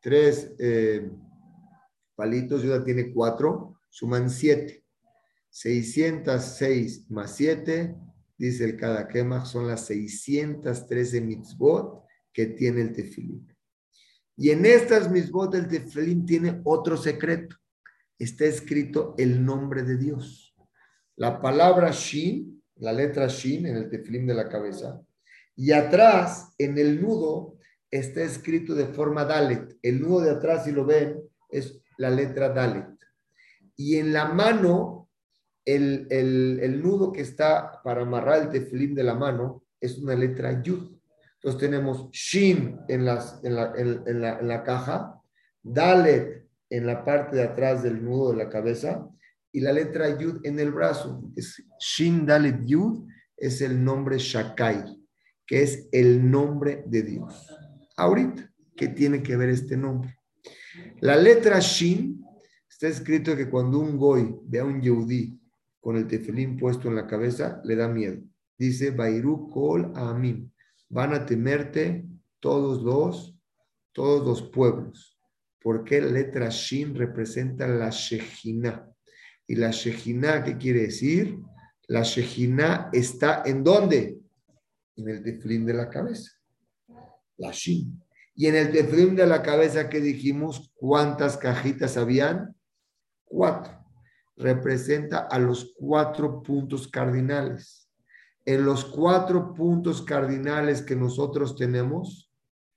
palitos y otra tiene 4. Suman 7. 606 más 7, dice el Kadakemach, son las 613 mitzvot que tiene el tefilín. Y en estas mitzvot el tefilín tiene otro secreto. Está escrito el nombre de Dios. La palabra Shin, la letra Shin en el tefilín de la cabeza, y atrás, en el nudo, está escrito de forma Dalet. El nudo de atrás, si lo ven, es la letra Dalet. Y en la mano, el nudo que está para amarrar el tefilín de la mano es una letra Yud. Entonces tenemos Shin en la caja, Dalet en la parte de atrás del nudo de la cabeza y la letra Yud en el brazo. Shin Dalet Yud es el nombre Shakai, que es el nombre de Dios. Ahorita, ¿qué tiene que ver este nombre? La letra Shin está escrito que cuando un goy ve a un yehudí con el tefilín puesto en la cabeza, le da miedo. Dice, Bairu Kol Amim, van a temerte todos los pueblos. Porque la letra Shin representa la Shejina. ¿Y la Shejina qué quiere decir? La Shejina está ¿en dónde? En el tefilín de la cabeza. La Shin. Y en el tefilín de la cabeza que dijimos, ¿cuántas cajitas habían? 4. Representa a los 4 puntos cardinales. En los 4 puntos cardinales que nosotros tenemos,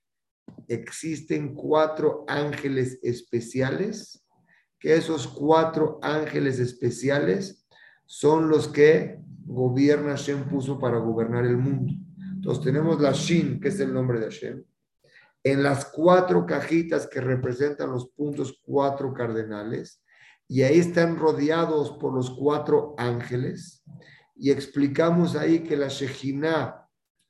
existen 4 ángeles especiales, que esos 4 ángeles especiales son los que gobierna Hashem puso para gobernar el mundo. Entonces tenemos la Shin, que es el nombre de Hashem. En las 4 cajitas que representan los puntos 4 cardenales, y ahí están rodeados por los 4 ángeles, y explicamos ahí que la Shejinah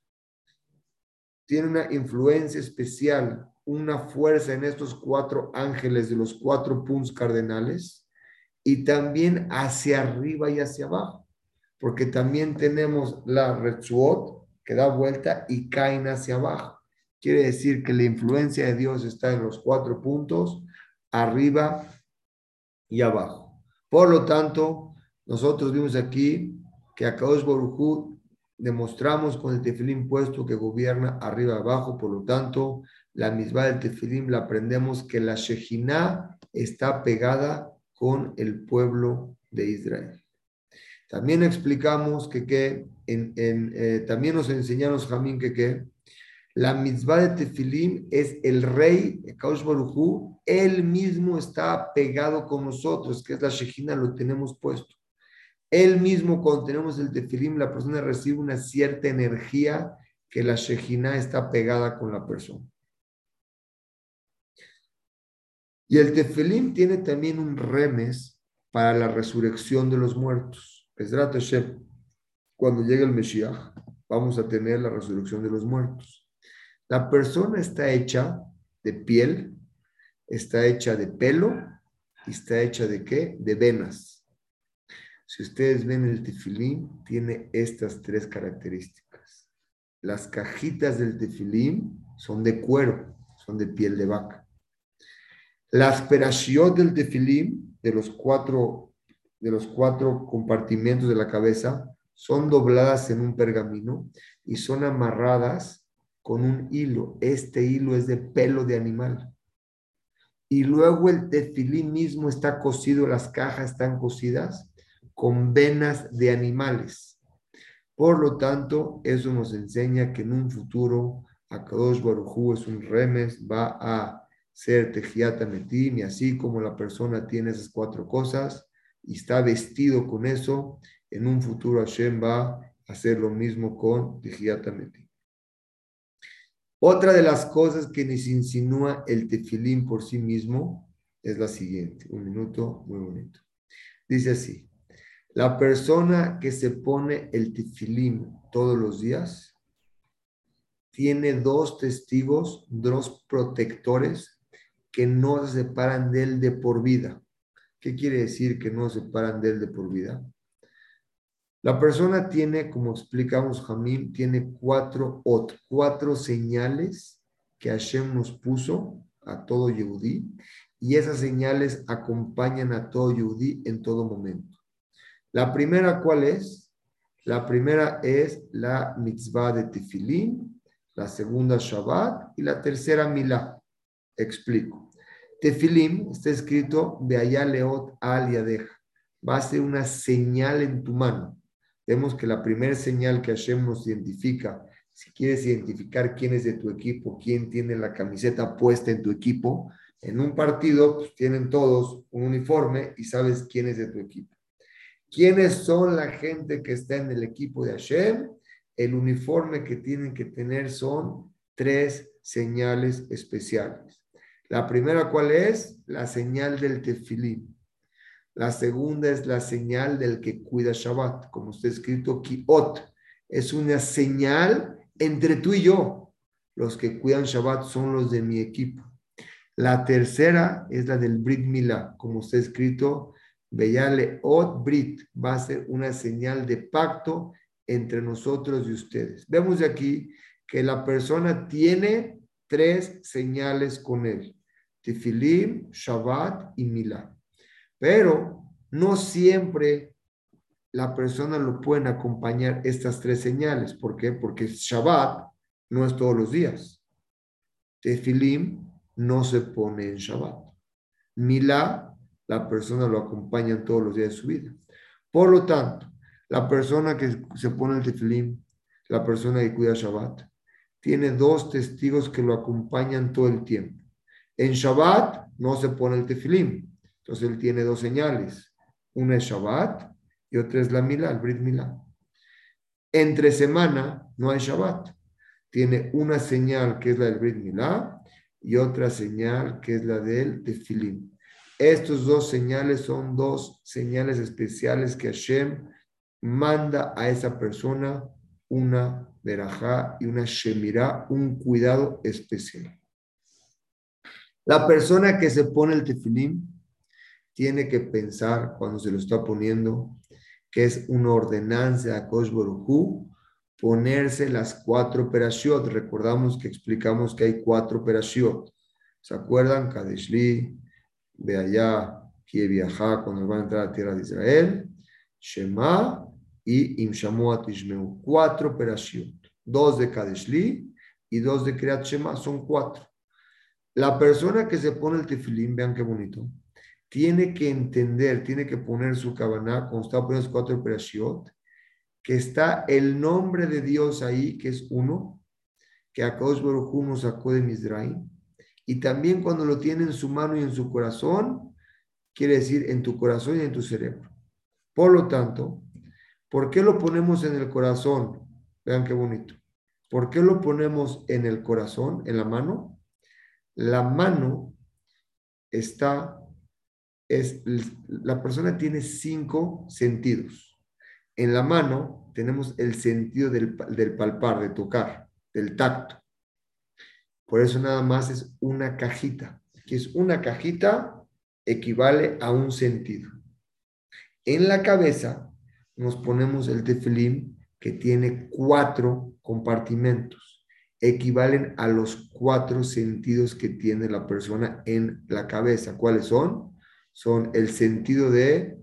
tiene una influencia especial, una fuerza en estos 4 ángeles de los 4 puntos cardenales, y también hacia arriba y hacia abajo, porque también tenemos la Retzuot que da vuelta y caen hacia abajo. Quiere decir que la influencia de Dios está en los 4 puntos, arriba y abajo. Por lo tanto, nosotros vimos aquí que a Kadosh Baruj Hu demostramos con el tefilín puesto que gobierna arriba y abajo. Por lo tanto, la misma del tefilín la aprendemos que la Shejinah está pegada con el pueblo de Israel. También explicamos también nos enseñaron Jamín que La mitzvah de Tefilim es el rey, Kaush Baruj, él mismo está pegado con nosotros, que es la Shejina, lo tenemos puesto. Él mismo, cuando tenemos el Tefilim, la persona recibe una cierta energía que la Shejina está pegada con la persona. Y el Tefilim tiene también un remes para la resurrección de los muertos. Bezrat Hashem, cuando llegue el Mesías, vamos a tener la resurrección de los muertos. La persona está hecha de piel, está hecha de pelo y está hecha de ¿qué? De venas. Si ustedes ven el tefilín, tiene estas tres características. Las cajitas del tefilín son de cuero, son de piel de vaca. Las perashiot del tefilín, de los cuatro compartimentos de la cabeza, son dobladas en un pergamino y son amarradas con un hilo. Este hilo es de pelo de animal. Y luego el tefilín mismo está cosido, las cajas están cosidas con venas de animales. Por lo tanto, eso nos enseña que en un futuro Akadosh Baruj Hu es un remes, va a ser Tejiat Ametim, y así como la persona tiene esas cuatro cosas y está vestido con eso, en un futuro Hashem va a hacer lo mismo con Tejiat Ametim. Otra de las cosas que nos insinúa el tefilín por sí mismo es la siguiente. Un minuto, muy bonito. Dice así: la persona que se pone el tefilín todos los días tiene dos testigos, dos protectores que no se separan de él de por vida. ¿Qué quiere decir que no se separan de él de por vida? La persona tiene, como explicamos Jamim, tiene cuatro señales que Hashem nos puso a todo Yehudí, y esas señales acompañan a todo Yehudí en todo momento. La primera, ¿cuál es? La primera es la mitzvah de Tefilín, la segunda Shabbat y la tercera Milá. Explico. Tefilín está escrito Be'ayá leot al yadeja. Va a ser una señal en tu mano. Vemos que la primera señal que Hashem nos identifica, si quieres identificar quién es de tu equipo, quién tiene la camiseta puesta en tu equipo, en un partido pues, tienen todos un uniforme y sabes quién es de tu equipo. ¿Quiénes son la gente que está en el equipo de Hashem? El uniforme que tienen que tener son tres señales especiales. La primera, ¿cuál es? La señal del tefilín. La segunda es la señal del que cuida Shabbat, como está escrito Kiot. Es una señal entre tú y yo. Los que cuidan Shabbat son los de mi equipo. La tercera es la del Brit Milá, como está escrito Beyale Ot Brit. Va a ser una señal de pacto entre nosotros y ustedes. Vemos de aquí que la persona tiene tres señales con él: Tefilim, Shabbat y Milá. Pero no siempre la persona lo pueden acompañar estas tres señales. ¿Por qué? Porque Shabbat no es todos los días. Tefilim no se pone en Shabbat. Milá, la persona lo acompaña todos los días de su vida. Por lo tanto, la persona que se pone el tefilim, la persona que cuida Shabbat, tiene dos testigos que lo acompañan todo el tiempo. En Shabbat no se pone el tefilim. Entonces él tiene dos señales. Una es Shabbat y otra es la Milá, el Brit Milá. Entre semana no hay Shabbat. Tiene una señal que es la del Brit Milá y otra señal que es la del tefilim. Estos dos señales son dos señales especiales que Hashem manda a esa persona, una verajá y una shemirá, un cuidado especial. La persona que se pone el tefilim tiene que pensar cuando se lo está poniendo que es una ordenanza de Akadosh Baruj Hu ponerse las cuatro perashiot. Recordamos que explicamos que hay cuatro perashiot. ¿Se acuerdan? Kadeshli, Beayá, Kieviajá, cuando van a entrar a la tierra de Israel, Shema y Imshamu Tishmeu. Cuatro perashiot. Dos de Kadeshli y dos de Kriat Shema. Son cuatro. La persona que se pone el tefilín, vean qué bonito, tiene que entender, tiene que poner su kabaná, cuando está poniendo los cuatro perashiot, que está el nombre de Dios ahí, que es uno, que Akadosh Baruj Hu nos sacó de Mizraim. Y también cuando lo tiene en su mano y en su corazón, quiere decir en tu corazón y en tu cerebro. Por lo tanto, ¿por qué lo ponemos en el corazón? Vean qué bonito. ¿Por qué lo ponemos en el corazón, en la mano? La mano está, la persona tiene 5 sentidos. En la mano tenemos el sentido del palpar, de tocar, del tacto. Por eso nada más es una cajita. Que es una cajita equivale a un sentido. En la cabeza nos ponemos el tefilín que tiene 4 compartimentos. Equivalen a los 4 sentidos que tiene la persona en la cabeza. ¿Cuáles son? Son el sentido de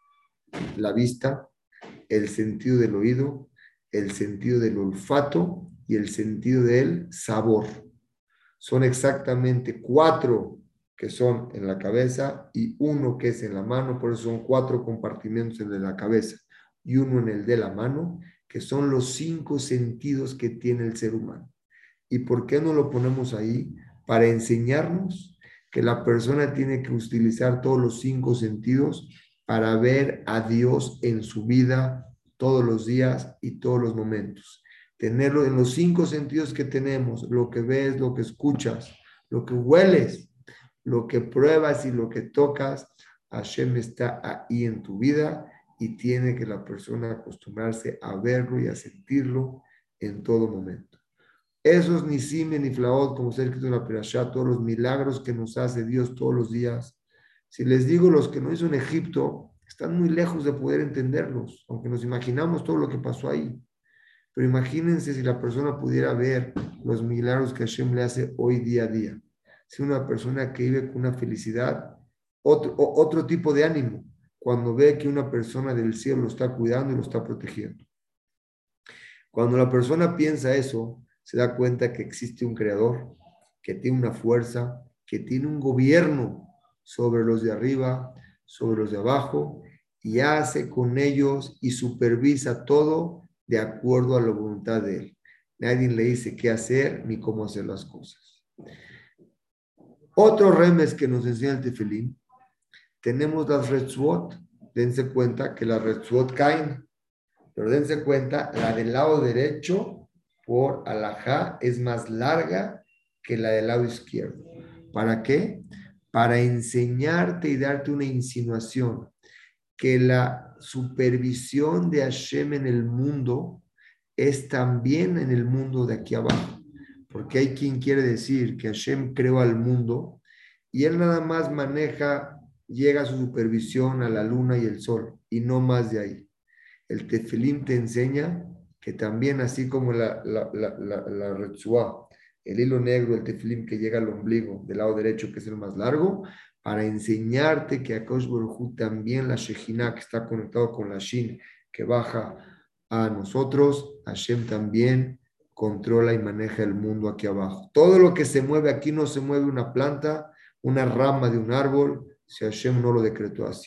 la vista, el sentido del oído, el sentido del olfato y el sentido del sabor. Son exactamente 4 que son en la cabeza y 1 que es en la mano, por eso son 4 compartimentos en el de la cabeza y 1 en el de la mano, que son los 5 sentidos que tiene el ser humano. ¿Y por qué no lo ponemos ahí? Para enseñarnos que la persona tiene que utilizar todos los 5 sentidos para ver a Dios en su vida todos los días y todos los momentos. Tenerlo en los 5 sentidos que tenemos, lo que ves, lo que escuchas, lo que hueles, lo que pruebas y lo que tocas, Hashem está ahí en tu vida y tiene que la persona acostumbrarse a verlo y a sentirlo en todo momento. Esos nisim y niflaot, como está escrito en la Perashá, todos los milagros que nos hace Dios todos los días. Si les digo los que no hizo en Egipto, están muy lejos de poder entenderlos, aunque nos imaginamos todo lo que pasó ahí. Pero imagínense si la persona pudiera ver los milagros que Hashem le hace hoy día a día. Si una persona que vive con una felicidad, otro tipo de ánimo, cuando ve que una persona del cielo lo está cuidando y lo está protegiendo. Cuando la persona piensa eso, se da cuenta que existe un creador, que tiene una fuerza, que tiene un gobierno sobre los de arriba, sobre los de abajo, y hace con ellos y supervisa todo de acuerdo a la voluntad de él. Nadie le dice qué hacer ni cómo hacer las cosas. Otro remes que nos enseña el tefilín, tenemos las retzvot. Dense cuenta que las retzvot caen, pero dense cuenta, la del lado derecho por alajá es más larga que la del lado izquierdo. ¿Para qué? Para enseñarte y darte una insinuación que la supervisión de Hashem en el mundo es también en el mundo de aquí abajo. Porque hay quien quiere decir que Hashem creó al mundo y él nada más maneja, llega a su supervisión a la luna y el sol y no más de ahí. El tefilín te enseña que también así como la retzuá, el hilo negro, el tefilín que llega al ombligo del lado derecho, que es el más largo, para enseñarte que Akadosh Baruj Hu también la Shejinah, que está conectado con la Shin, que baja a nosotros, Hashem también controla y maneja el mundo aquí abajo. Todo lo que se mueve aquí no se mueve una planta, una rama de un árbol, si Hashem no lo decretó así.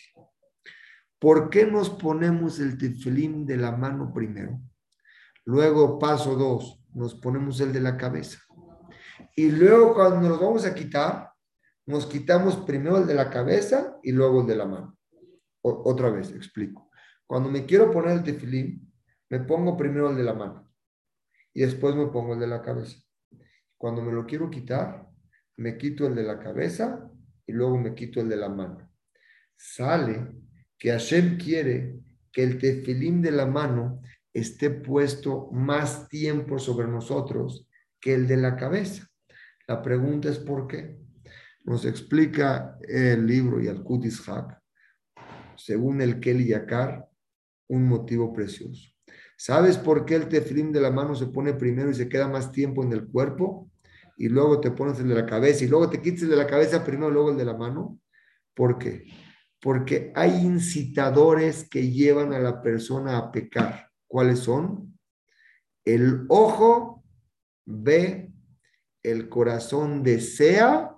¿Por qué nos ponemos el tefilín de la mano primero? Luego, paso 2, nos ponemos el de la cabeza. Y luego, cuando nos vamos a quitar, nos quitamos primero el de la cabeza y luego el de la mano. Otra vez, explico. Cuando me quiero poner el tefilín, me pongo primero el de la mano y después me pongo el de la cabeza. Cuando me lo quiero quitar, me quito el de la cabeza y luego me quito el de la mano. Sale que Hashem quiere que el tefilín de la mano esté puesto más tiempo sobre nosotros que el de la cabeza. La pregunta es ¿por qué? Nos explica el libro Yalkut Ishaq, según el Keli Yakar, un motivo precioso. ¿Sabes por qué el tefilín de la mano se pone primero y se queda más tiempo en el cuerpo? Y luego te pones el de la cabeza y luego te quitas el de la cabeza primero y luego el de la mano. ¿Por qué? Porque hay incitadores que llevan a la persona a pecar. ¿Cuáles son? El ojo ve, el corazón desea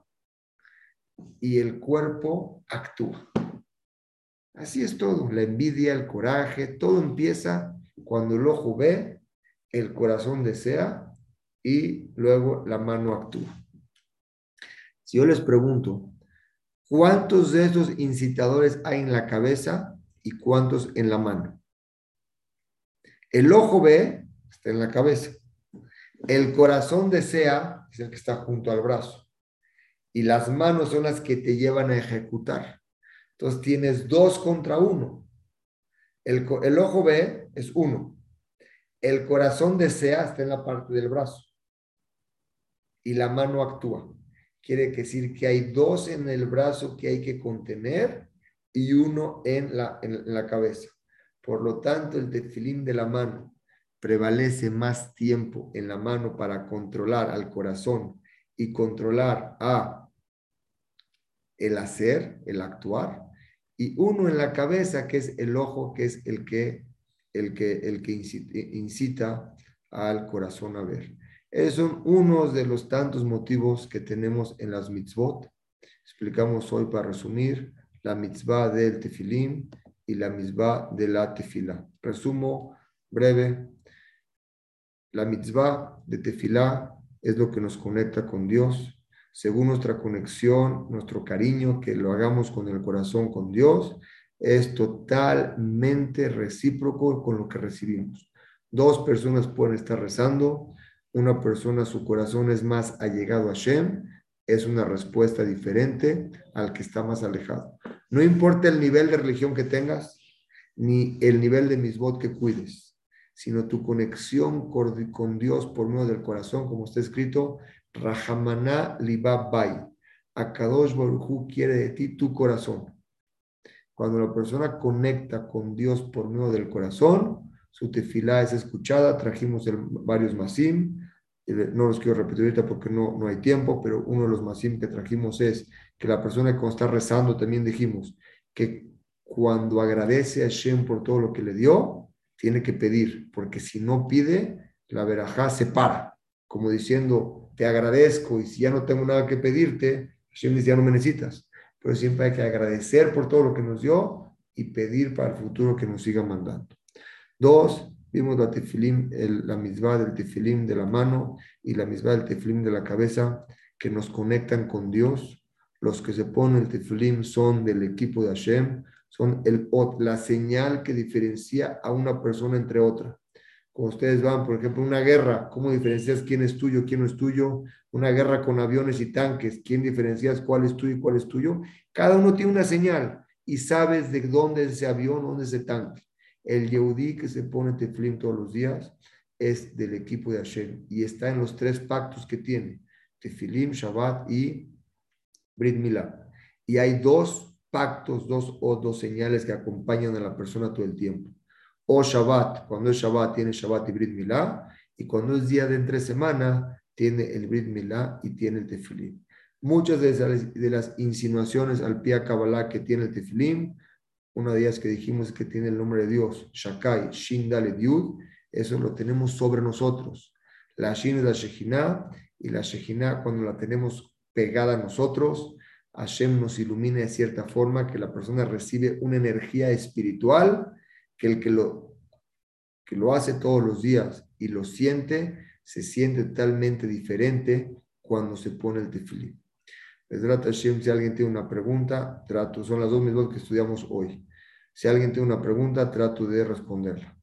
y el cuerpo actúa. Así es todo, la envidia, el coraje, todo empieza cuando el ojo ve, el corazón desea y luego la mano actúa. Si yo les pregunto, ¿cuántos de estos incitadores hay en la cabeza y cuántos en la mano? El ojo ve, está en la cabeza. El corazón desea, es el que está junto al brazo. Y las manos son las que te llevan a ejecutar. Entonces tienes 2 contra 1. El ojo ve es 1. El corazón desea, está en la parte del brazo. Y la mano actúa. Quiere decir que hay 2 en el brazo que hay que contener y 1 en la cabeza. Por lo tanto, el tefilín de la mano prevalece más tiempo en la mano para controlar al corazón y controlar a el hacer, el actuar, y 1 en la cabeza, que es el ojo, que es el que incita al corazón a ver. Esos son unos de los tantos motivos que tenemos en las mitzvot. Explicamos hoy, para resumir, la mitzvah del tefilín y la mitzvah de la tefilá. Resumo breve. La mitzvah de tefilá es lo que nos conecta con Dios. Según nuestra conexión, nuestro cariño, que lo hagamos con el corazón con Dios, es totalmente recíproco con lo que recibimos. 2 personas pueden estar rezando, una persona, su corazón es más allegado a Hashem, es una respuesta diferente al que está más alejado. No importa el nivel de religión que tengas, ni el nivel de misbot que cuides, sino tu conexión con Dios por medio del corazón, como está escrito, Rahamana Libab Bai. Akadosh Baruj Hu quiere de ti tu corazón. Cuando la persona conecta con Dios por medio del corazón, su tefilá es escuchada. Trajimos varios masim, no los quiero repetir ahorita porque no hay tiempo, pero uno de los masim que trajimos es que la persona que cuando está rezando, también dijimos que cuando agradece a Hashem por todo lo que le dio, tiene que pedir, porque si no pide, la verajá se para, como diciendo, te agradezco y si ya no tengo nada que pedirte, Hashem dice, ya no me necesitas. Pero siempre hay que agradecer por todo lo que nos dio y pedir para el futuro que nos siga mandando. 2, vimos la tefilim, la misbah del tefilim de la mano y la misbah del tefilim de la cabeza que nos conectan con Dios. Los que se ponen el tefilim son del equipo de Hashem, son la señal que diferencia a una persona entre otra. Cuando ustedes van, por ejemplo, a una guerra, ¿cómo diferencias quién es tuyo, quién no es tuyo? Una guerra con aviones y tanques, ¿quién diferencias cuál es tuyo y cuál es tuyo? Cada uno tiene una señal y sabes de dónde es ese avión, dónde es ese tanque. El Yehudí que se pone tefilín todos los días es del equipo de Hashem y está en los 3 pactos que tiene, Tefilim, Shabbat y Brit Milá. Y hay 2 pactos, 2 señales que acompañan a la persona todo el tiempo. O Shabbat, cuando es Shabbat tiene Shabbat y Brit Milá, y cuando es día de entre semana tiene el Brit Milá y tiene el Tefilim. Muchas de las insinuaciones al pie a Kabbalah que tiene el Tefilim, una de ellas que dijimos que tiene el nombre de Dios, Shakai, Shin Dalet Yud, eso lo tenemos sobre nosotros. La Shin es la Shejinah, y la Shejinah cuando la tenemos pegada a nosotros, Hashem nos ilumina de cierta forma que la persona recibe una energía espiritual que el que lo hace todos los días y lo siente, se siente totalmente diferente cuando se pone el tefilín. Bezrat Hashem, si alguien tiene una pregunta, son las 2 mismas que estudiamos hoy. Si alguien tiene una pregunta, trato de responderla.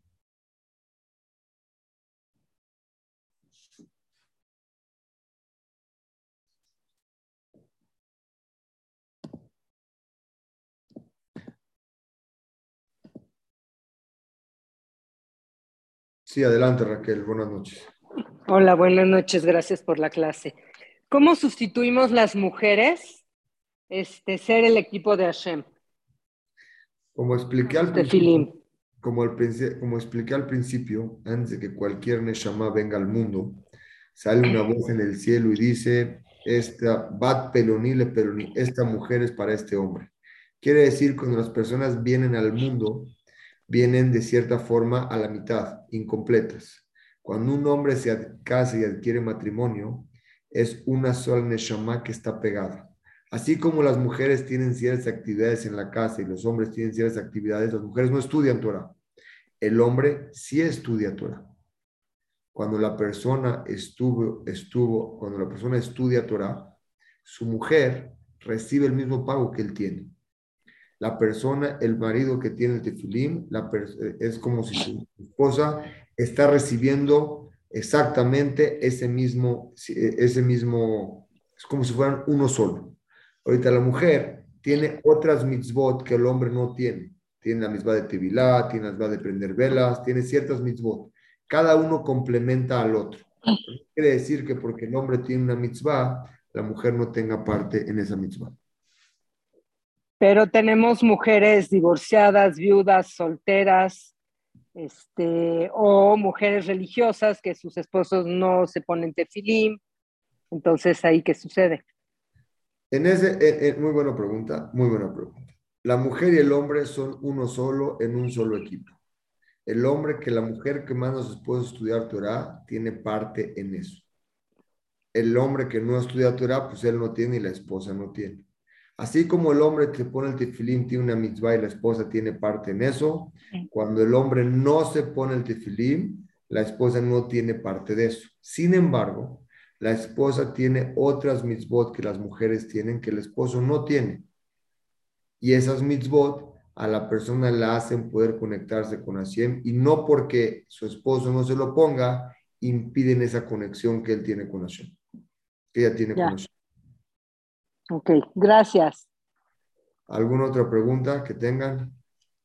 Sí, adelante Raquel, buenas noches. Hola, buenas noches, gracias por la clase. ¿Cómo sustituimos las mujeres ser el equipo de Hashem? Como expliqué al Tefilim. principio, como expliqué al principio, antes de que cualquier Neshama venga al mundo, sale una voz en el cielo y dice, esta Bat Peloni le Peloni, esta mujer es para este hombre. Quiere decir, cuando las personas vienen al mundo, vienen de cierta forma a la mitad, incompletas. Cuando un hombre se casa y adquiere matrimonio, es una sola Neshama que está pegada. Así como las mujeres tienen ciertas actividades en la casa y los hombres tienen ciertas actividades, las mujeres no estudian Torah. El hombre sí estudia Torah. cuando la persona cuando la persona estudia Torah, su mujer recibe el mismo pago que él tiene. La persona, el marido que tiene el tefilim, es como si su esposa está recibiendo exactamente ese mismo, es como si fueran uno solo. Ahorita la mujer tiene otras mitzvot que el hombre no tiene. Tiene la mitzvah de tevilá, tiene la mitzvah de prender velas, tiene ciertas mitzvot. Cada uno complementa al otro. No quiere decir que porque el hombre tiene una mitzvah, la mujer no tenga parte en esa mitzvah. Pero tenemos mujeres divorciadas, viudas, solteras, o mujeres religiosas que sus esposos no se ponen tefilim. Entonces, ¿ahí qué sucede? Muy buena pregunta, muy buena pregunta. La mujer y el hombre son uno solo en un solo equipo. El hombre que la mujer que manda a su esposo a estudiar Torah tiene parte en eso. El hombre que no estudia Torah, pues él no tiene y la esposa no tiene. Así como el hombre que pone el tefilín tiene una mitzvah y la esposa tiene parte en eso, cuando el hombre no se pone el tefilín, la esposa no tiene parte de eso. Sin embargo, la esposa tiene otras mitzvot que las mujeres tienen que el esposo no tiene. Y esas mitzvot a la persona la hacen poder conectarse con Hashem y no porque su esposo no se lo ponga, impiden esa conexión que él tiene con Hashem, que ella tiene con Ya, Hashem. ok, gracias. ¿Alguna otra pregunta que tengan?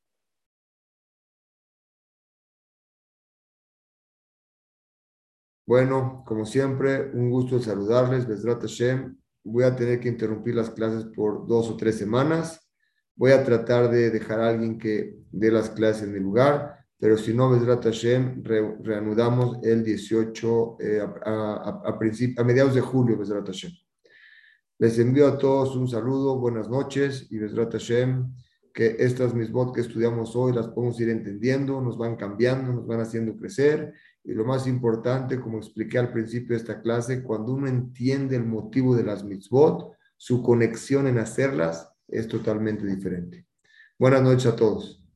Bueno, como siempre, un gusto saludarles. Bezrat Hashem. Voy a tener que interrumpir las clases por 2 o 3 semanas. Voy a tratar de dejar a alguien que dé las clases en mi lugar, pero si no, Bezrat Hashem, reanudamos el 18 a mediados de julio, Bezrat Hashem. Les envío a todos un saludo, buenas noches y Bezrat Hashem, que estas misbot que estudiamos hoy las podemos ir entendiendo, nos van cambiando, nos van haciendo crecer. Y lo más importante, como expliqué al principio de esta clase, cuando uno entiende el motivo de las mitzvot, su conexión en hacerlas es totalmente diferente. Buenas noches a todos.